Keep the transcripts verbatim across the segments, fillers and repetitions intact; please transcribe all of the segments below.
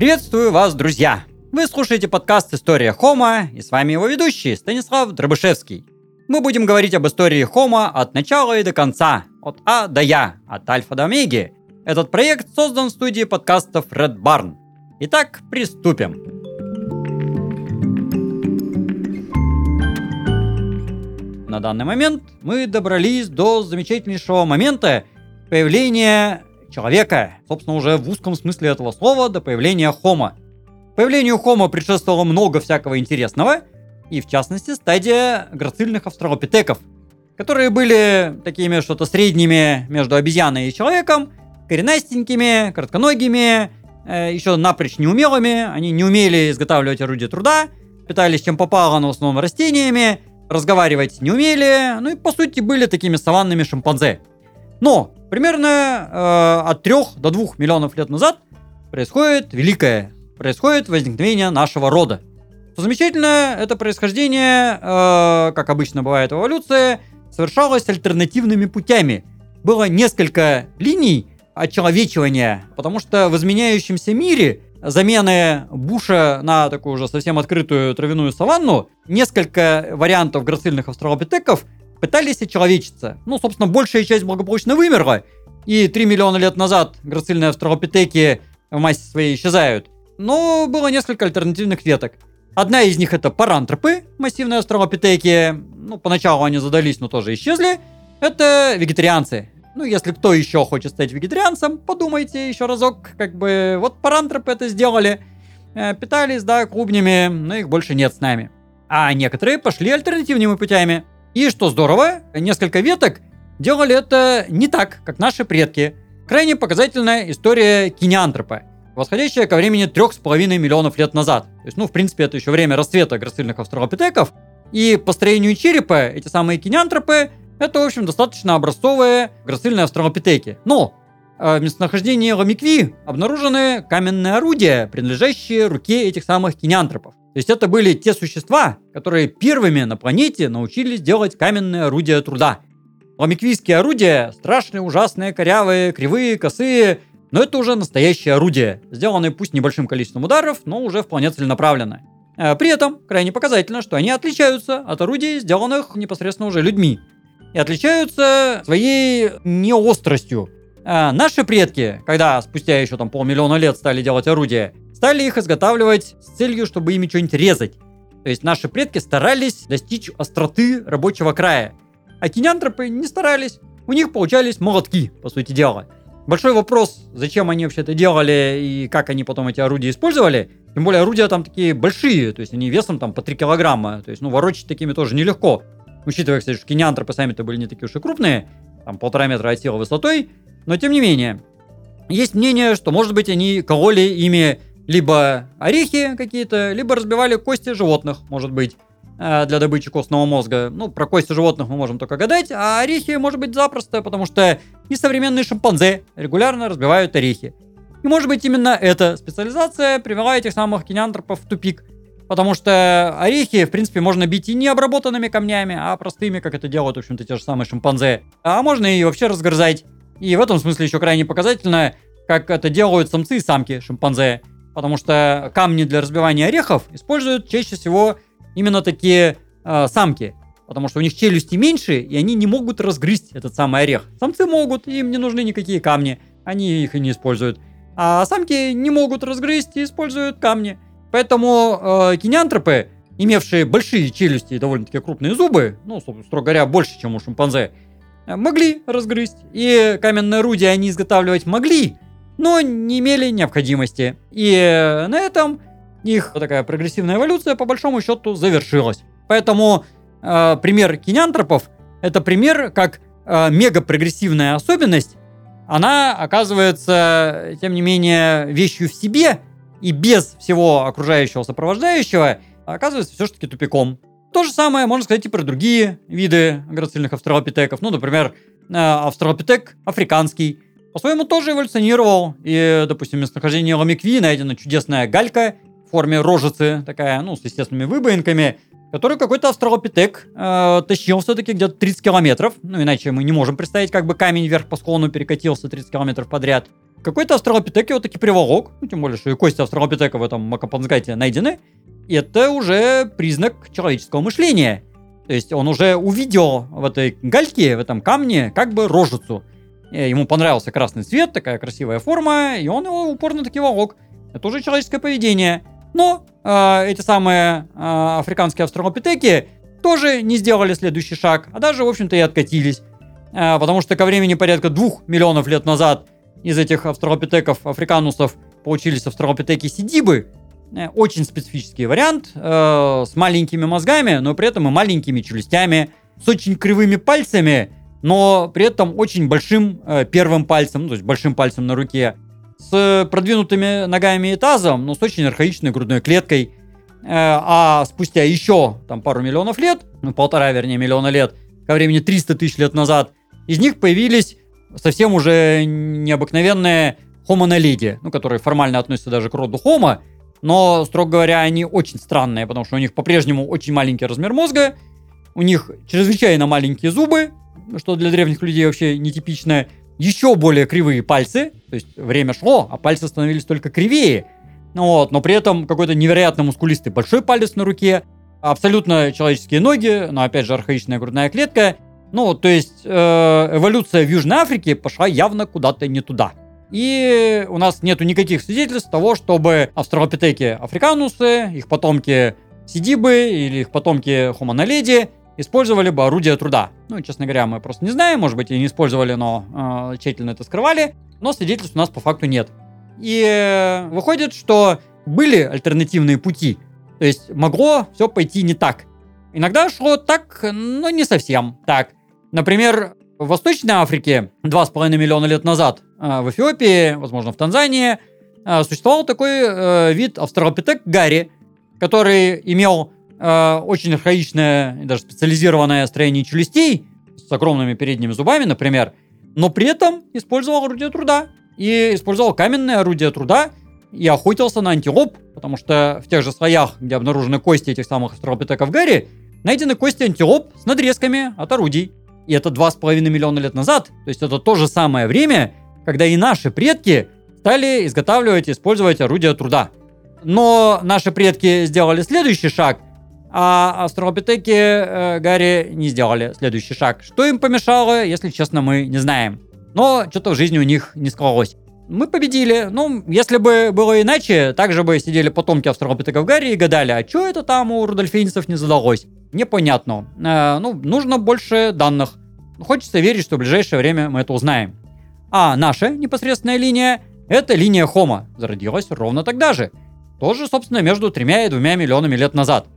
Приветствую вас, друзья! Вы слушаете подкаст «История Хомо», и с вами его ведущий Станислав Дробышевский. Мы будем говорить об истории Хомо от начала и до конца, от А до Я, от альфа до омеги. Этот проект создан в студии подкастов Red Barn. Итак, приступим. На данный момент мы добрались до замечательнейшего момента появления человека, собственно, уже в узком смысле этого слова, до появления Homo. Появлению Homo предшествовало много всякого интересного, и в частности стадия грацильных австралопитеков, которые были такими что-то средними между обезьяной и человеком, коренастенькими, коротконогими, э, еще напрочь неумелыми. Они не умели изготавливать орудия труда, питались чем попало, но в основном растениями, разговаривать не умели, ну и по сути были такими саванными шимпанзе. Но примерно э, от трёх до двух миллионов лет назад происходит великое, происходит возникновение нашего рода. Что замечательно, это происхождение, э, как обычно бывает в эволюции, совершалось альтернативными путями. Было несколько линий очеловечивания, потому что в изменяющемся мире замены буша на такую уже совсем открытую травяную саванну, несколько вариантов грацильных австралопитеков пытались очеловечиться. Ну, собственно, большая часть благополучно вымерла, и три миллиона лет назад грацильные австралопитеки в массе своей исчезают. Но было несколько альтернативных веток. Одна из них это парантропы, массивные австралопитеки. Ну, поначалу они задались, но тоже исчезли. Это вегетарианцы. Ну, если кто еще хочет стать вегетарианцем, подумайте еще разок. Как бы, вот парантропы это сделали. Э, питались, да, клубнями, но их больше нет с нами. А некоторые пошли альтернативными путями. И что здорово, несколько веток делали это не так, как наши предки. Крайне показательная история кинеантропа, восходящая ко времени трех с половиной миллионов лет назад. То есть, ну, в принципе, это еще время расцвета грацильных австралопитеков. И по строению черепа эти самые кинеантропы это, в общем, достаточно образцовые грацильные австралопитеки. Но в местонахождении Ламикви обнаружены каменные орудия, принадлежащие руке этих самых кинеантропов. То есть это были те существа, которые первыми на планете научились делать каменные орудия труда. Ламиквийские орудия страшные, ужасные, корявые, кривые, косые, но это уже настоящие орудия, сделанные пусть небольшим количеством ударов, но уже вполне целенаправленно. При этом крайне показательно, что они отличаются от орудий, сделанных непосредственно уже людьми. И отличаются своей неостростью. Наши предки, когда спустя еще там полмиллиона лет стали делать орудия, стали их изготавливать с целью, чтобы ими что-нибудь резать. То есть наши предки старались достичь остроты рабочего края. А кинеантропы не старались. У них получались молотки, по сути дела. Большой вопрос, зачем они вообще это делали и как они потом эти орудия использовали. Тем более орудия там такие большие, то есть они весом там по три килограмма. То есть, ну, ворочать такими тоже нелегко. Учитывая, кстати, что кинеантропы сами-то были не такие уж и крупные, там полтора метра от тела высотой. Но тем не менее, есть мнение, что, может быть, они кололи ими либо орехи какие-то, либо разбивали кости животных, может быть, для добычи костного мозга. Ну, про кости животных мы можем только гадать, а орехи, может быть, запросто, потому что и современные шимпанзе регулярно разбивают орехи. И, может быть, именно эта специализация привела этих самых кинеантропов в тупик. Потому что орехи, в принципе, можно бить и не обработанными камнями, а простыми, как это делают, в общем-то, те же самые шимпанзе. А можно и вообще разгрызать. И в этом смысле еще крайне показательно, как это делают самцы и самки шимпанзе. Потому что камни для разбивания орехов используют чаще всего именно такие э, самки. Потому что у них челюсти меньше, и они не могут разгрызть этот самый орех. Самцы могут, им не нужны никакие камни, они их и не используют. А самки не могут разгрызть и используют камни. Поэтому э, кинеантропы, имевшие большие челюсти и довольно-таки крупные зубы, ну, строго говоря, больше, чем у шимпанзе, могли разгрызть. И каменные орудия они изготавливать могли, но не имели необходимости. И на этом их такая прогрессивная эволюция, по большому счету, завершилась. Поэтому э, пример кинеантропов – это пример, как э, мегапрогрессивная особенность, она оказывается, тем не менее, вещью в себе, и без всего окружающего сопровождающего оказывается все-таки тупиком. То же самое можно сказать и про другие виды грацильных австралопитеков. Ну, например, австралопитек африканский по-своему тоже эволюционировал. И, допустим, в местонахождении Ламикви найдена чудесная галька в форме рожицы, такая, ну, с естественными выбоинками. который какой-то австралопитек э, тащил все-таки где-то тридцать километров. Ну, иначе мы не можем представить, как бы камень вверх по склону перекатился тридцать километров подряд. Какой-то австралопитек его таки приволок. Ну, тем более, что и кости австралопитека в этом Макапанцгате найдены. И это уже признак человеческого мышления. То есть он уже увидел в этой гальке, в этом камне, как бы рожицу. И ему понравился красный цвет, такая красивая форма, и он его упорно таки волок. Это уже человеческое поведение. Но э, эти самые э, африканские австралопитеки тоже не сделали следующий шаг, а даже, в общем-то, и откатились. Э, потому что ко времени порядка двух миллионов лет назад из этих австралопитеков, африканусов, получились австралопитеки сидибы. Э, очень специфический вариант, э, с маленькими мозгами, но при этом и маленькими челюстями, с очень кривыми пальцами, но при этом очень большим э, первым пальцем, ну, то есть большим пальцем на руке, с продвинутыми ногами и тазом, но с очень архаичной грудной клеткой. А спустя еще там, пару миллионов лет, ну полтора, вернее, миллиона лет, ко времени триста тысяч лет назад, из них появились совсем уже необыкновенные Homo naledi, ну, которые формально относятся даже к роду Homo, но, строго говоря, они очень странные, потому что у них по-прежнему очень маленький размер мозга, у них чрезвычайно маленькие зубы, что для древних людей вообще нетипичное, еще более кривые пальцы, то есть время шло, а пальцы становились только кривее, вот, но при этом какой-то невероятно мускулистый большой палец на руке, абсолютно человеческие ноги, но опять же архаичная грудная клетка, ну, то есть э, эволюция в Южной Африке пошла явно куда-то не туда. И у нас нету никаких свидетельств того, чтобы австралопитеки африканусы, их потомки сидибы или их потомки Homo naledi использовали бы орудия труда. Ну, честно говоря, мы просто не знаем, может быть, и не использовали, но э, тщательно это скрывали, но свидетельств у нас по факту нет. И э, выходит, что были альтернативные пути, то есть могло все пойти не так. Иногда шло так, но не совсем так. Например, в Восточной Африке два с половиной миллиона лет назад, э, в Эфиопии, возможно, в Танзании, э, существовал такой э, вид австралопитек гари, который имел Э, очень архаичное и даже специализированное строение челюстей с огромными передними зубами, например, но при этом использовал орудие труда. И использовал каменное орудие труда и охотился на антилоп, потому что в тех же слоях, где обнаружены кости этих самых австралопитеков гари, найдены кости антилоп с надрезками от орудий. И это два с половиной миллиона лет назад, то есть это то же самое время, когда и наши предки стали изготавливать и использовать орудия труда. Но наши предки сделали следующий шаг, а австралопитеки э, гари не сделали следующий шаг. Что им помешало, если честно, мы не знаем. Но что-то в жизни у них не склалось. Мы победили. Ну, если бы было иначе, также бы сидели потомки австралопитеков гари и гадали, а что это там у рудольфинцев не задалось? Непонятно. Э, ну, нужно больше данных. Хочется верить, что в ближайшее время мы это узнаем. А наша непосредственная линия — это линия Homo. Зародилась ровно тогда же. Тоже, собственно, между тремя и двумя миллионами лет назад.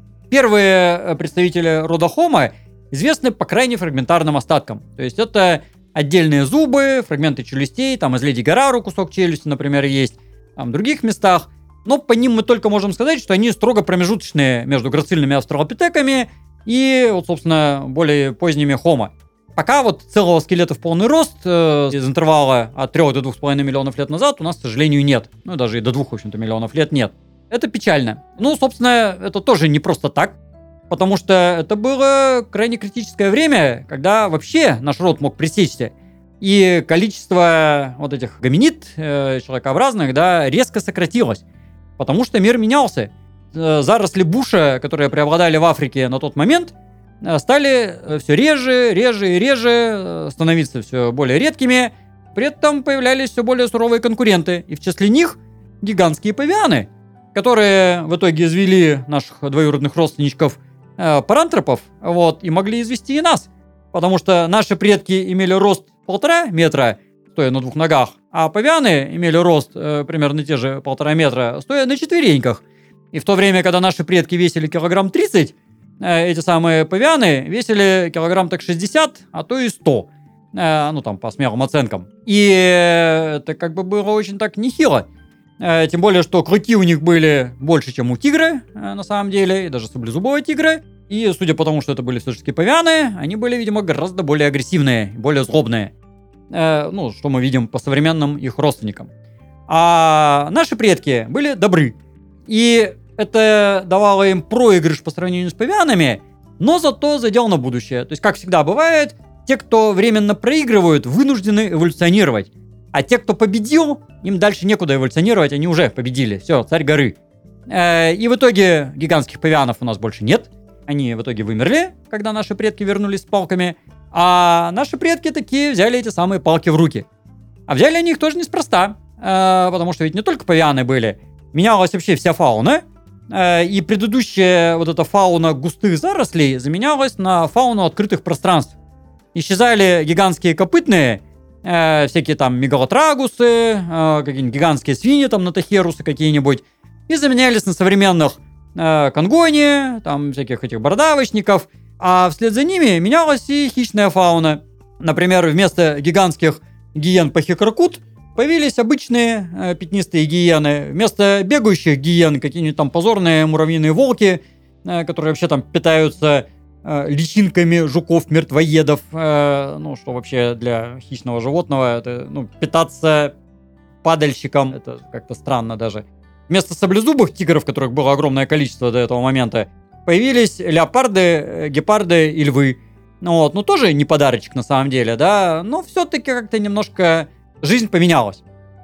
Первые представители рода Homo известны по крайне фрагментарным остаткам. То есть это отдельные зубы, фрагменты челюстей, там из Леди Гарару кусок челюсти, например, есть, там в других местах. Но по ним мы только можем сказать, что они строго промежуточные между грацильными австралопитеками и, вот, собственно, более поздними Homo. Пока вот целого скелета в полный рост э, из интервала от трёх до двух с половиной миллионов лет назад у нас, к сожалению, нет. Ну, даже и до двух, в общем-то, миллионов лет нет. Это печально. Ну, собственно, это тоже не просто так, потому что это было крайне критическое время, когда вообще наш род мог пресечься. И количество вот этих гоминид, э, человекообразных, да, резко сократилось, потому что мир менялся. Э, заросли буша, которые преобладали в Африке на тот момент, э, стали все реже, реже и реже, э, становиться все более редкими. При этом появлялись все более суровые конкуренты, и в числе них гигантские павианы, которые в итоге извели наших двоюродных родственничков э, парантропов, вот, и могли извести и нас. Потому что наши предки имели рост полтора метра, стоя на двух ногах, а павианы имели рост э, примерно те же полтора метра, стоя на четвереньках. И в то время, когда наши предки весили килограмм тридцать, э, эти самые павианы весили килограмм так шестьдесят, а то и сто. Э, ну, там, по смелым оценкам. И э, это как бы было очень так нехило. Тем более, что клыки у них были больше, чем у тигра, на самом деле, и даже саблезубого тигра. И судя по тому, что это были все-таки павианы, они были, видимо, гораздо более агрессивные, более злобные. Ну, что мы видим по современным их родственникам. А наши предки были добры. И это давало им проигрыш по сравнению с павианами, но зато задел на будущее. То есть, как всегда бывает, те, кто временно проигрывают, вынуждены эволюционировать. А те, кто победил, им дальше некуда эволюционировать, они уже победили. Все, царь горы. И в итоге гигантских павианов у нас больше нет. Они в итоге вымерли, когда наши предки вернулись с палками. А наши предки такие взяли эти самые палки в руки. А взяли они их тоже неспроста. Потому что ведь не только павианы были. Менялась вообще вся фауна. И предыдущая вот эта фауна густых зарослей заменялась на фауну открытых пространств. Исчезали гигантские копытные, э, всякие там мегалотрагусы, э, какие-нибудь гигантские свиньи, там нотахерусы какие-нибудь, и заменялись на современных э, конгони, там всяких этих бородавочников, а вслед за ними менялась и хищная фауна. Например, вместо гигантских гиен пахикракут появились обычные э, пятнистые гиены, вместо бегающих гиен какие-нибудь там позорные муравьиные волки, э, которые вообще там питаются личинками жуков-мертвоедов, э, ну, что вообще для хищного животного, это, ну, питаться падальщиком, это как-то странно даже. Вместо саблезубых тигров, которых было огромное количество до этого момента, появились леопарды, гепарды и львы. Ну, вот, ну, тоже не подарочек на самом деле, да, но все-таки как-то немножко жизнь поменялась.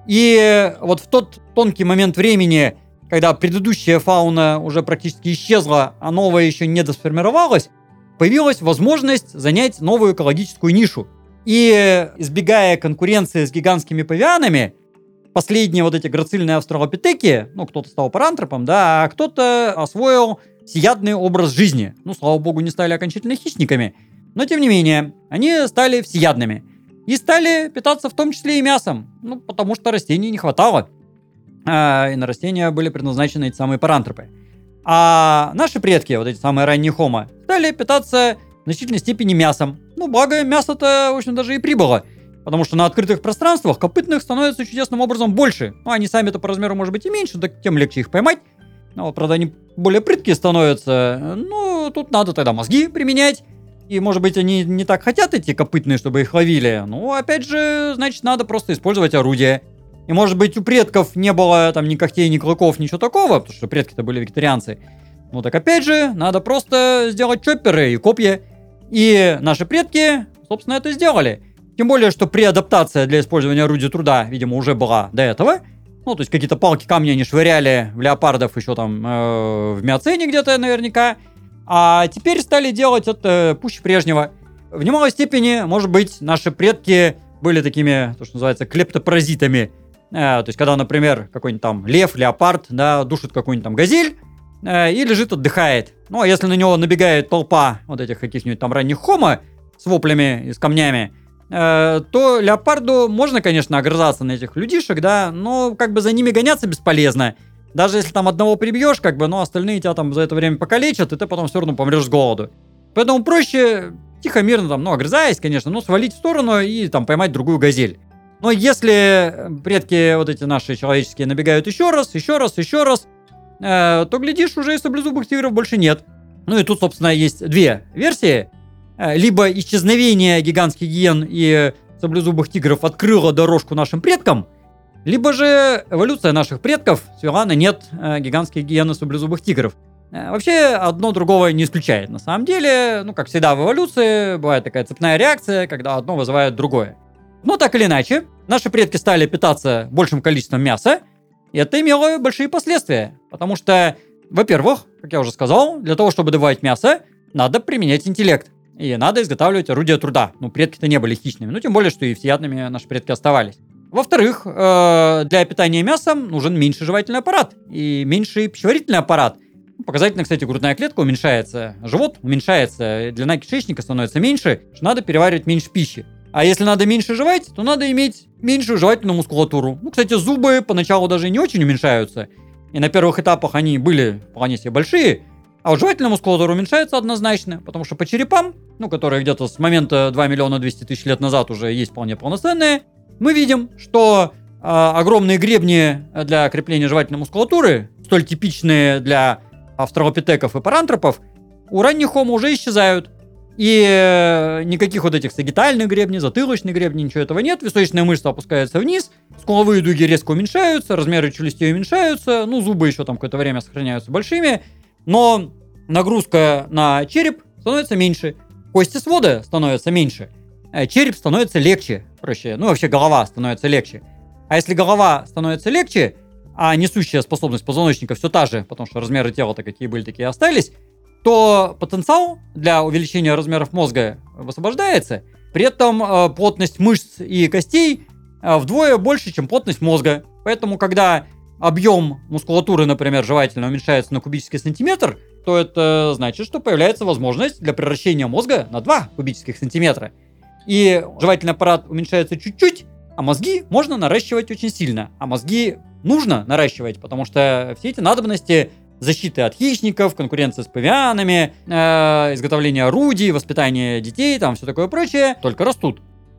И вот в тот тонкий момент времени, когда предыдущая фауна уже практически исчезла, а новая еще не досформировалась, появилась возможность занять новую экологическую нишу. И избегая конкуренции с гигантскими павианами, последние вот эти грацильные австралопитеки, ну, кто-то стал парантропом, да, а кто-то освоил всеядный образ жизни. Ну, слава богу, не стали окончательно хищниками, но, тем не менее, они стали всеядными. И стали питаться в том числе и мясом, ну, потому что растений не хватало. А, и на растения были предназначены эти самые парантропы. А наши предки, вот эти самые ранние хомо, стали питаться в значительной степени мясом. Ну, благо, мясо-то, в общем, даже и прибыло. Потому что на открытых пространствах копытных становится чудесным образом больше. Ну, они сами-то по размеру, может быть, и меньше, так тем легче их поймать. Ну, вот, правда, они более прыткие становятся. Ну, тут надо тогда мозги применять. И, может быть, они не так хотят, эти копытные, чтобы их ловили. Ну, опять же, значит, надо просто использовать орудие. И, может быть, у предков не было там ни когтей, ни клыков, ничего такого, потому что предки-то были вегетарианцы. Ну, так опять же, надо просто сделать чопперы и копья. И наши предки, собственно, это сделали. Тем более, что преадаптация для использования орудия труда, видимо, уже была до этого. Ну, то есть, какие-то палки, камни они швыряли в леопардов еще там э, в Миоцене где-то наверняка. А теперь стали делать это пуще прежнего. В немалой степени, может быть, наши предки были такими, то, что называется, клептопаразитами. Э, то есть, когда, например, какой-нибудь там лев, леопард, да, душит какую-нибудь там газель э, и лежит, отдыхает. Ну, а если на него набегает толпа вот этих каких-нибудь там ранних хомо с воплями и с камнями, э, то леопарду можно, конечно, огрызаться на этих людишек, да, но как бы за ними гоняться бесполезно. Даже если там одного прибьешь, как бы, но остальные тебя там за это время покалечат, и ты потом все равно помрешь с голоду. Поэтому проще тихо, мирно там, ну, огрызаясь, конечно, но свалить в сторону и там поймать другую газель. Но если предки вот эти наши человеческие набегают еще раз, еще раз, еще раз, э, то, глядишь, уже и саблезубых тигров больше нет. Ну и тут, собственно, есть две версии. Э, либо исчезновение гигантских гиен и саблезубых тигров открыло дорожку нашим предкам, либо же эволюция наших предков свела на нет э, гигантских гиен и саблезубых тигров. Э, вообще, одно другого не исключает. На самом деле, ну, как всегда в эволюции, бывает такая цепная реакция, когда одно вызывает другое. Но так или иначе, наши предки стали питаться большим количеством мяса, и это имело большие последствия. Потому что, во-первых, как я уже сказал, для того, чтобы добывать мясо, надо применять интеллект. И надо изготавливать орудия труда. Ну, предки-то не были хищными. Ну, тем более, что и всеядными наши предки оставались. Во-вторых, э, для питания мясом нужен меньший жевательный аппарат и меньший пищеварительный аппарат. Показательно, кстати, грудная клетка уменьшается, живот уменьшается, длина кишечника становится меньше, что надо переваривать меньше пищи. А если надо меньше жевать, то надо иметь меньшую жевательную мускулатуру. Ну, кстати, зубы поначалу даже не очень уменьшаются. И на первых этапах они были вполне себе большие. А вот жевательная мускулатура уменьшается однозначно, потому что по черепам, ну, которые где-то с момента два миллиона двести тысяч лет назад уже есть вполне полноценные, мы видим, что э, огромные гребни для крепления жевательной мускулатуры, столь типичные для австралопитеков и парантропов, у ранних хомо уже исчезают. И э, никаких вот этих сагитальных гребней, затылочных гребней, ничего этого нет. Височная мышца опускается вниз, скуловые дуги резко уменьшаются, размеры челюстей уменьшаются, ну, зубы еще там какое-то время сохраняются большими, но нагрузка на череп становится меньше, кости свода становятся меньше, череп становится легче, проще, ну, вообще голова становится легче. А если голова становится легче, а несущая способность позвоночника все та же, потому что размеры тела-то какие были, такие остались, то потенциал для увеличения размеров мозга высвобождается, при этом э, плотность мышц и костей э, вдвое больше, чем плотность мозга. Поэтому, когда объем мускулатуры, например, жевательно уменьшается на кубический сантиметр, то это значит, что появляется возможность для превращения мозга на два кубических сантиметра. И жевательный аппарат уменьшается чуть-чуть, а мозги можно наращивать очень сильно. А мозги нужно наращивать, потому что все эти надобности защиты от хищников, конкуренции с павианами, э, изготовление орудий, воспитание детей, там все такое прочее, только растут.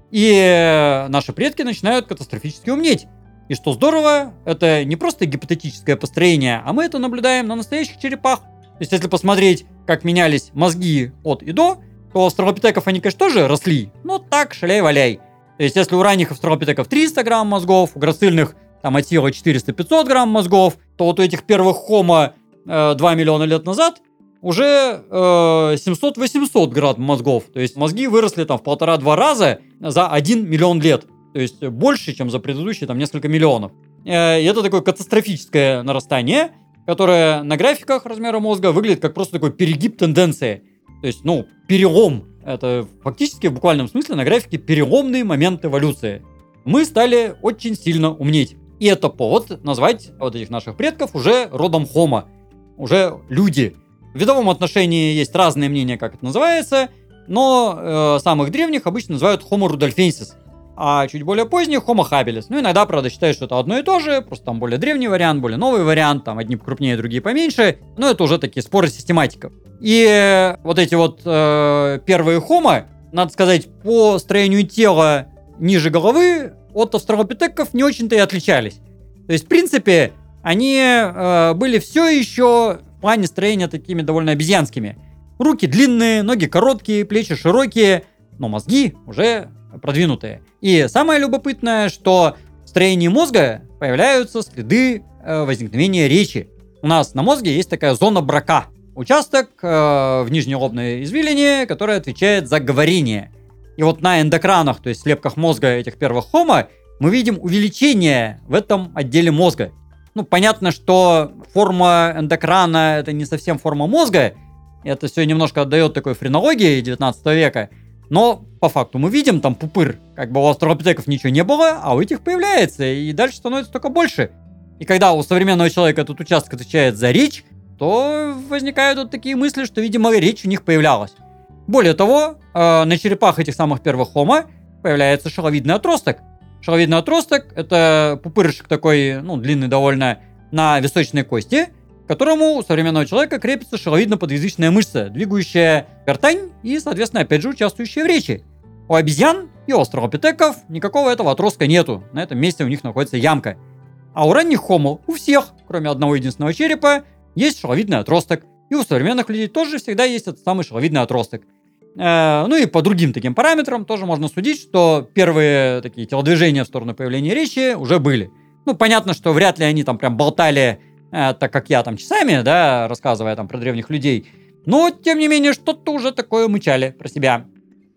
И наши предки начинают катастрофически умнеть. И что здорово, это не просто гипотетическое построение, а мы это наблюдаем на настоящих черепах. То есть, если посмотреть, как менялись мозги от и до, то у австралопитеков они, конечно, тоже росли, но так, шаляй-валяй. То есть, если у ранних австралопитеков триста грамм мозгов, у грацильных там от силы четыреста-пятьсот грамм мозгов, то вот у этих первых хомо э, два миллиона лет назад уже э, семьсот-восемьсот грамм мозгов. То есть, мозги выросли там в полтора-два раза за один миллион лет. То есть, больше, чем за предыдущие там несколько миллионов. Э, и это такое катастрофическое нарастание, которое на графиках размера мозга выглядит как просто такой перегиб тенденции. То есть, ну, перелом. Это фактически в буквальном смысле на графике переломный момент эволюции. Мы стали очень сильно умнеть. И это повод назвать вот этих наших предков уже родом Homo. Уже люди. В видовом отношении есть разные мнения, как это называется, но э, самых древних обычно называют Homo rudolfensis, а чуть более поздних Homo habilis. Ну, иногда, правда, считают, что это одно и то же, просто там более древний вариант, более новый вариант, там одни покрупнее, другие поменьше, но это уже такие споры систематиков. И э, вот эти вот э, первые Homo, надо сказать, по строению тела ниже головы от австралопитеков не очень-то и отличались. То есть, в принципе, они э, были все еще в плане строения такими довольно обезьянскими. Руки длинные, ноги короткие, плечи широкие, но мозги уже продвинутые. И самое любопытное, что в строении мозга появляются следы э, возникновения речи. У нас на мозге есть такая зона Брака. Участок э, в нижней лобной извилине, который отвечает за говорение. И вот на эндокранах, то есть слепках мозга этих первых Homo, мы видим увеличение в этом отделе мозга. Ну, понятно, что форма эндокрана — это не совсем форма мозга. Это все немножко отдает такой френологии девятнадцатого века. Но по факту мы видим там пупыр. Как бы у австралопитеков ничего не было, а у этих появляется. И дальше становится только больше. И когда у современного человека этот участок отвечает за речь, то возникают вот такие мысли, что, видимо, речь у них появлялась. Более того, э, на черепах этих самых первых Homo появляется шаловидный отросток. Шаловидный отросток — это пупырышек такой, ну, длинный довольно, на височной кости, к которому у современного человека крепится шаловидно-подъязычная мышца, двигающая гортань и, соответственно, опять же, участвующая в речи. У обезьян и у австралопитеков никакого этого отростка нету. На этом месте у них находится ямка. А у ранних Homo, у всех, кроме одного единственного черепа, есть шаловидный отросток. И у современных людей тоже всегда есть этот самый шаловидный отросток. Э, ну и по другим таким параметрам тоже можно судить, что первые такие телодвижения в сторону появления речи уже были. Ну, понятно, что вряд ли они там прям болтали, э, так как я там часами, да, рассказывая там про древних людей. Но, тем не менее, что-то уже такое мычали про себя.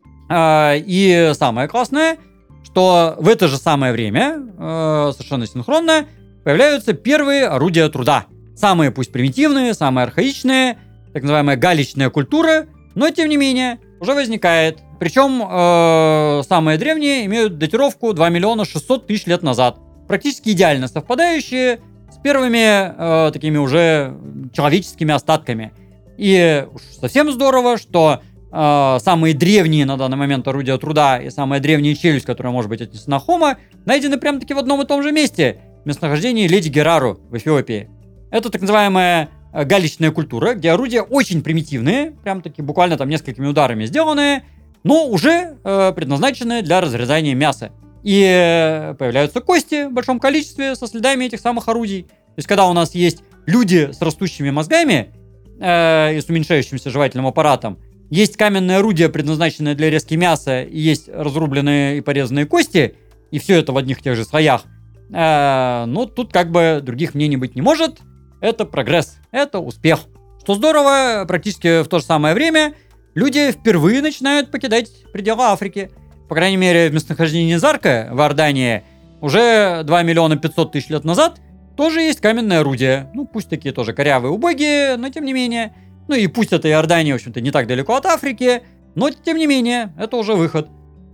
Э, и самое классное, что в это же самое время, э, совершенно синхронно, появляются первые орудия труда. Самые пусть примитивные, самые архаичные, так называемая галечная культура, но тем не менее уже возникает. Причем э, самые древние имеют датировку два миллиона шестьсот тысяч лет назад. Практически идеально совпадающие с первыми э, такими уже человеческими остатками. И уж совсем здорово, что э, самые древние на данный момент орудия труда и самая древняя челюсть, которая может быть отнесена Homo, найдены прямо таки в одном и том же месте. В местонахождении Леди Герару в Эфиопии. Это так называемая галечная культура, где орудия очень примитивные, прям таки буквально там несколькими ударами сделанные, но уже э, предназначенные для разрезания мяса. И э, появляются кости в большом количестве со следами этих самых орудий. То есть, когда у нас есть люди с растущими мозгами э, и с уменьшающимся жевательным аппаратом, есть каменные орудия, предназначенные для резки мяса, и есть разрубленные и порезанные кости, и все это в одних и тех же слоях, Э, ну, тут как бы других мнений быть не может. Это прогресс, это успех. Что здорово, практически в то же самое время люди впервые начинают покидать пределы Африки. По крайней мере, в местонахождении Зарка в Иордании уже два миллиона пятьсот тысяч лет назад тоже есть каменное орудие. Ну, пусть такие тоже корявые, убогие, но тем не менее. Ну и пусть это Иордания, в общем-то, не так далеко от Африки, но тем не менее, это уже выход.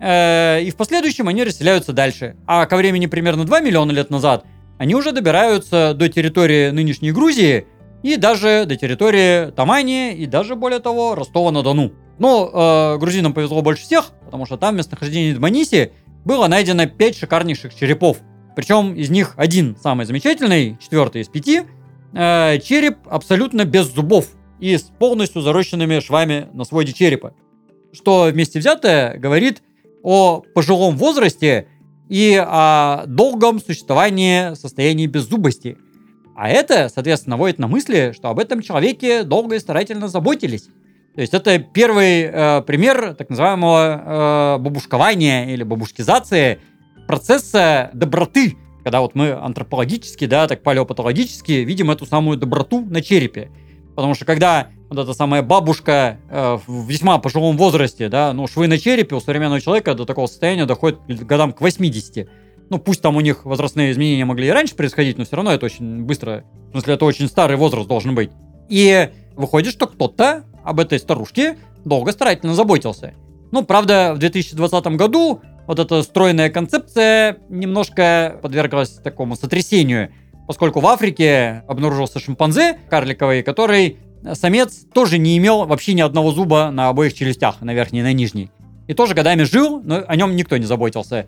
И в последующем они расселяются дальше. А ко времени примерно два миллиона лет назад они уже добираются до территории нынешней Грузии и даже до территории Тамани и даже, более того, Ростова-на-Дону. Но э, грузинам повезло больше всех, потому что там в местонахождении Дманиси было найдено пять шикарнейших черепов. Причем из них один самый замечательный, четвертый из пяти, э, череп абсолютно без зубов и с полностью зарощенными швами на своде черепа. Что вместе взятое говорит о пожилом возрасте и о долгом существовании состоянии беззубости. А это, соответственно, наводит на мысли, что об этом человеке долго и старательно заботились. То есть это первый э, пример так называемого э, бабушкования или бабушкизации процесса доброты. Когда вот мы антропологически, да, так палеопатологически видим эту самую доброту на черепе. Потому что когда вот эта самая бабушка э, в весьма пожилом возрасте, да, ну, швы на черепе у современного человека до такого состояния доходят к годам к восьмидесяти. Ну, пусть там у них возрастные изменения могли и раньше происходить, но все равно это очень быстро. В смысле, это очень старый возраст должен быть. И выходит, что кто-то об этой старушке долго старательно заботился. Ну, правда, в две тысячи двадцатом году вот эта стройная концепция немножко подверглась такому сотрясению, поскольку в Африке обнаружился шимпанзе карликовый, который самец тоже не имел вообще ни одного зуба на обоих челюстях, на верхней и на нижней. И тоже годами жил, но о нем никто не заботился.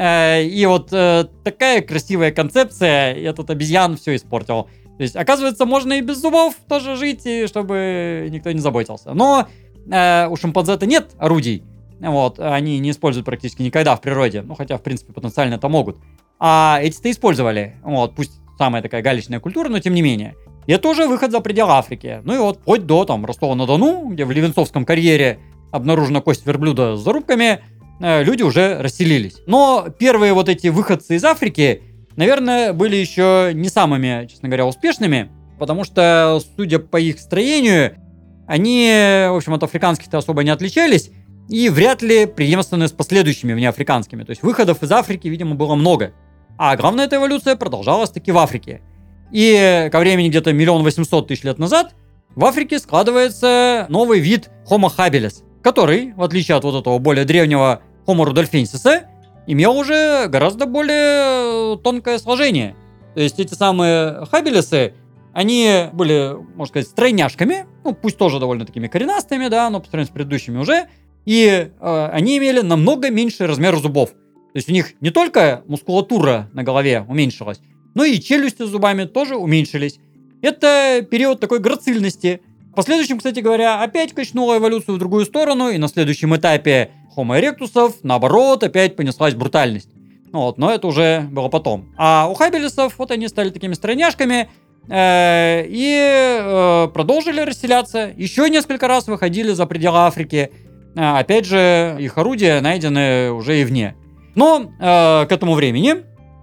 И вот такая красивая концепция, и этот обезьян все испортил. То есть, оказывается, можно и без зубов тоже жить, и чтобы никто не заботился. Но э, у шимпанзе-то нет орудий. Вот, они не используют практически никогда в природе. Ну, хотя, в принципе, потенциально это могут. А эти-то использовали. Вот, пусть самая такая галечная культура, но тем не менее. И это уже выход за пределы Африки. Ну и вот, вплоть до там Ростова-на-Дону, где в Левенцовском карьере обнаружена кость верблюда с зарубками, э, люди уже расселились. Но первые вот эти выходцы из Африки, наверное, были еще не самыми, честно говоря, успешными, потому что, судя по их строению, они, в общем, от африканских-то особо не отличались и вряд ли преемственны с последующими внеафриканскими. То есть выходов из Африки, видимо, было много. А главная эта эволюция продолжалась таки в Африке. И ко времени где-то миллион восемьсот тысяч лет назад в Африке складывается новый вид Homo habilis, который, в отличие от вот этого более древнего Homo rudolfensis, имел уже гораздо более тонкое сложение. То есть эти самые хабилисы, они были, можно сказать, стройняшками, ну пусть тоже довольно такими коренастыми, да, но по сравнению с предыдущими уже, и э, они имели намного меньший размер зубов. То есть у них не только мускулатура на голове уменьшилась, но и челюсти с зубами тоже уменьшились. Это период такой грацильности. В последующем, кстати говоря, опять качнула эволюцию в другую сторону, и на следующем этапе Homo erectus'ов, наоборот, опять понеслась брутальность. Ну вот, но это уже было потом. А у хабилисов, вот они стали такими стройняшками, э, и э, продолжили расселяться. Еще несколько раз выходили за пределы Африки. Э, опять же, их орудия найдены уже и вне. Но э, к этому времени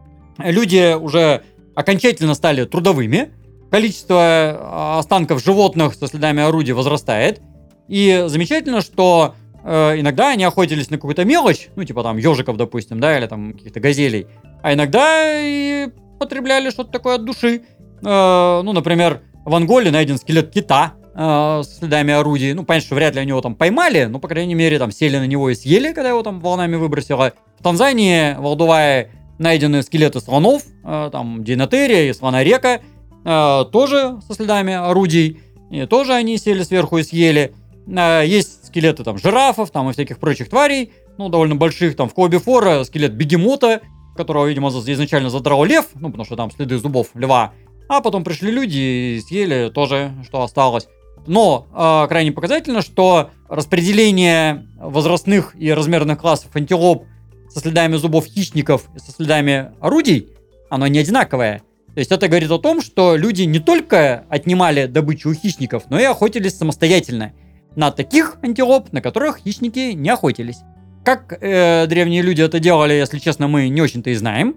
люди уже окончательно стали трудовыми. Количество останков животных со следами орудий возрастает. И замечательно, что э, иногда они охотились на какую-то мелочь, ну, типа там ежиков, допустим, да, или там каких-то газелей. А иногда и потребляли что-то такое от души. Э, ну, например, в Анголе найден скелет кита э, с следами орудий. Ну, понятно, что вряд ли они его там поймали, но, по крайней мере, там сели на него и съели, когда его там волнами выбросило. В Танзании, в Олдувае, найдены скелеты слонов, э, там Дейнотерия и слонорека, э, тоже со следами орудий. И тоже они сели сверху и съели. Э, есть скелеты там жирафов, там и всяких прочих тварей, ну, довольно больших. Там в Коби-Фора скелет бегемота, которого, видимо, изначально задрал лев, ну, потому что там следы зубов льва. А потом пришли люди и съели тоже, что осталось. Но э, крайне показательно, что распределение возрастных и размерных классов антилоп со следами зубов хищников и со следами орудий, оно не одинаковое. То есть это говорит о том, что люди не только отнимали добычу у хищников, но и охотились самостоятельно на таких антилоп, на которых хищники не охотились. Как э, древние люди это делали, если честно, мы не очень-то и знаем.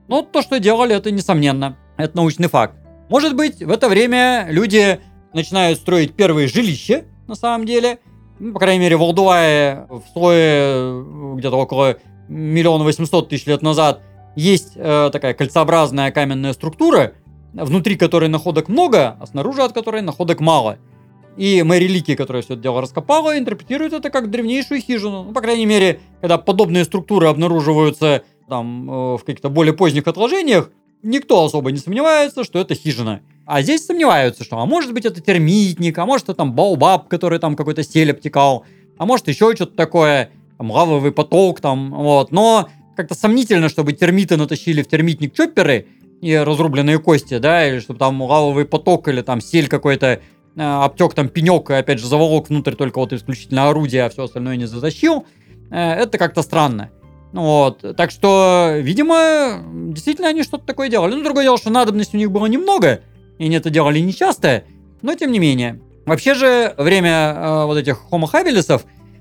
Но то, что делали, это несомненно. Это научный факт. Может быть, в это время люди начинают строить первые жилища, на самом деле. Ну, по крайней мере, в Олдуае в слое где-то около миллиона восемьсот тысяч лет назад есть э, такая кольцеобразная каменная структура, внутри которой находок много, а снаружи от которой находок мало. И Мэри Лики, которая все это дело раскопала, интерпретирует это как древнейшую хижину. Ну, по крайней мере, когда подобные структуры обнаруживаются там, э, в каких-то более поздних отложениях, никто особо не сомневается, что это хижина. А здесь сомневаются, что а может быть это термитник, а может это там баобаб, который там какой-то сель обтекал, а может еще что-то такое, там лавовый поток там, вот. Но как-то сомнительно, чтобы термиты натащили в термитник чопперы и разрубленные кости, да, или чтобы там лавовый поток или там сель какой-то э, обтек там пенек и опять же заволок внутрь только вот исключительно орудие, а все остальное не затащил. Э, это как-то странно. Вот, так что, видимо, действительно они что-то такое делали. Ну, другое дело, что надобности у них было немного, и они это делали нечасто, но тем не менее. Вообще же, время э, вот этих Homo habilis'ов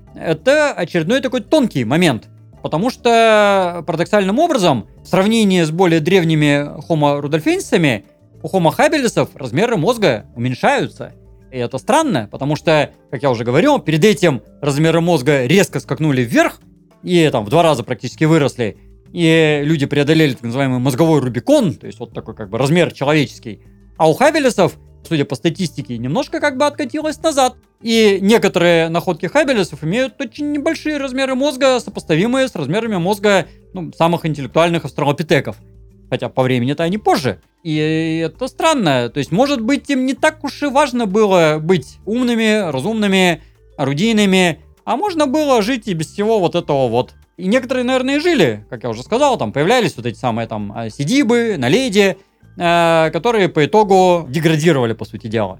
это очередной такой тонкий момент, потому что, парадоксальным образом, в сравнении с более древними Homo rudolfensis, у Homo habilis'ов размеры мозга уменьшаются. И это странно, потому что, как я уже говорил, перед этим размеры мозга резко скакнули вверх, и там в два раза практически выросли, и люди преодолели так называемый мозговой Рубикон, то есть вот такой как бы размер человеческий. А у хабилисов, судя по статистике, немножко как бы откатилось назад. И некоторые находки хабилисов имеют очень небольшие размеры мозга, сопоставимые с размерами мозга ну, самых интеллектуальных австралопитеков. Хотя по времени-то они позже. И это странно. То есть, может быть, им не так уж и важно было быть умными, разумными, орудийными, а можно было жить и без всего вот этого вот. И некоторые, наверное, и жили, как я уже сказал, там появлялись вот эти самые там сидибы, наледи, э, которые по итогу деградировали, по сути дела.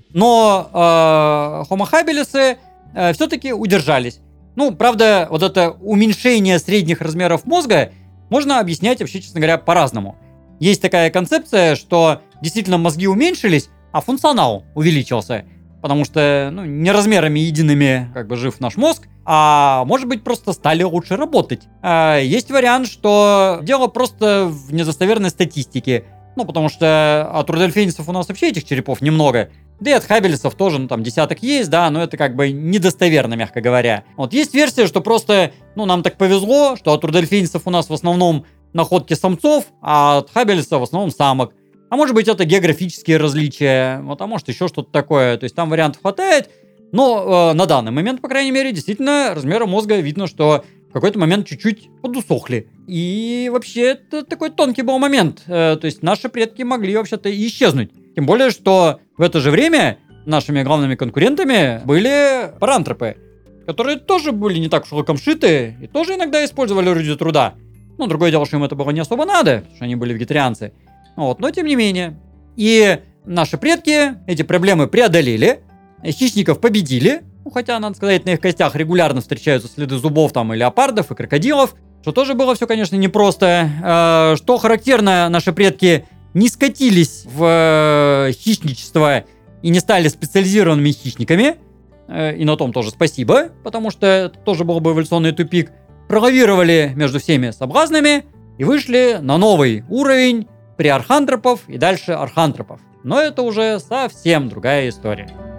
Но э, Homo habilis э, все-таки удержались. Ну, правда, вот это уменьшение средних размеров мозга можно объяснять вообще, честно говоря, по-разному. Есть такая концепция, что действительно мозги уменьшились, а функционал увеличился. Потому что ну, не размерами едиными как бы жив наш мозг, а может быть просто стали лучше работать. А есть вариант, что дело просто в недостоверной статистике. Ну, потому что от рудольфенисов у нас вообще этих черепов немного. Да и от хабилисов тоже, ну, там, десяток есть, да, но это как бы недостоверно, мягко говоря. Вот есть версия, что просто, ну, нам так повезло, что от рудольфенисов у нас в основном находки самцов, а от хабилисов в основном самок. А может быть, это географические различия, вот, а может еще что-то такое. То есть там вариантов хватает, но э, на данный момент, по крайней мере, действительно размеры мозга видно, что в какой-то момент чуть-чуть подусохли. И вообще это такой тонкий был момент. Э, то есть наши предки могли вообще-то исчезнуть. Тем более, что в это же время нашими главными конкурентами были парантропы, которые тоже были не так уж луком шиты и тоже иногда использовали орудие труда. Ну, другое дело, что им это было не особо надо, потому что они были вегетарианцы. Вот, но тем не менее. И наши предки эти проблемы преодолели, хищников победили, ну, хотя, надо сказать, на их костях регулярно встречаются следы зубов там и леопардов, и крокодилов, что тоже было все, конечно, непросто. Э, что характерно, наши предки не скатились в хищничество и не стали специализированными хищниками, э, и на том тоже спасибо, потому что это тоже был бы эволюционный тупик. Пролавировали между всеми соблазнами и вышли на новый уровень преархантропов и дальше архантропов. Но это уже совсем другая история.